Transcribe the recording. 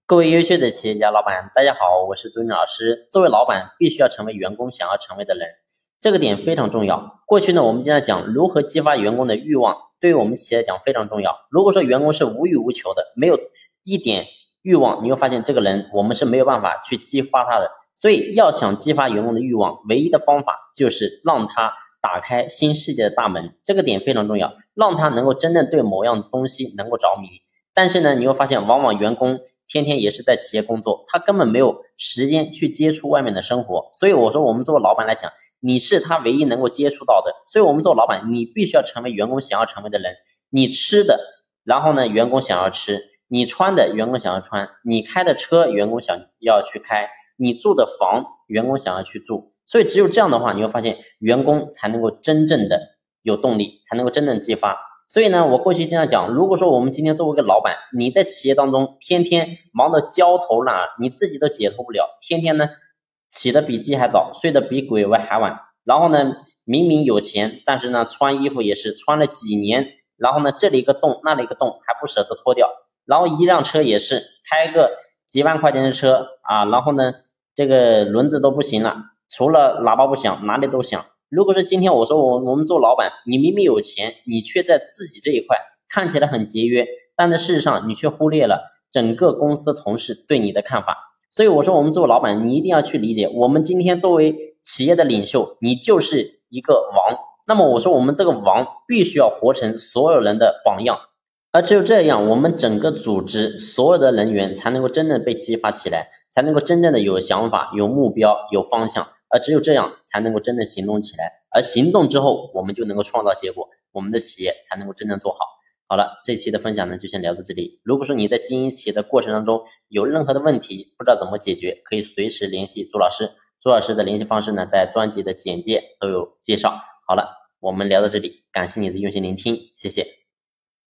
各位优秀的企业家老板，大家好，我是朱军老师。作为老板，必须要成为员工想要成为的人，这个点非常重要。过去呢，我们经常讲如何激发员工的欲望，对于我们企业来讲非常重要。如果说员工是无欲无求的，没有一点欲望，你会发现这个人我们是没有办法去激发他的。所以要想激发员工的欲望，唯一的方法就是让他打开新世界的大门，这个点非常重要，让他能够真正对某样东西能够着迷。但是呢，你会发现往往员工天天也是在企业工作，他根本没有时间去接触外面的生活。所以我说我们作为老板来讲，你是他唯一能够接触到的。所以我们做老板，你必须要成为员工想要成为的人。你吃的，然后呢员工想要吃，你穿的员工想要穿，你开的车员工想要去开，你住的房员工想要去住。所以只有这样的话，你会发现员工才能够真正的有动力，才能够真正激发。所以呢，我过去经常讲，如果说我们今天作为一个老板，你在企业当中天天忙得焦头烂额，你自己都解脱不了，天天呢起得比鸡还早，睡得比鬼还晚，然后呢明明有钱，但是呢穿衣服也是穿了几年，然后呢这里一个洞那里一个洞还不舍得脱掉，然后一辆车也是开个几万块钱的车啊，然后呢这个轮子都不行了，除了喇叭不响哪里都响。如果是今天我说我们做老板，你明明有钱，你却在自己这一块看起来很节约，但是事实上你却忽略了整个公司同事对你的看法。所以我说我们做老板，你一定要去理解，我们今天作为企业的领袖，你就是一个王，那么我说我们这个王必须要活成所有人的榜样，而只有这样，我们整个组织所有的人员才能够真正被激发起来，才能够真正的有想法、有目标、有方向，而只有这样才能够真正行动起来，而行动之后我们就能够创造结果，我们的企业才能够真正做好。好了，这期的分享呢就先聊到这里。如果说你在经营企业的过程当中有任何的问题，不知道怎么解决，可以随时联系朱老师。朱老师的联系方式呢在专辑的简介都有介绍。好了，我们聊到这里，感谢你的用心聆听，谢谢。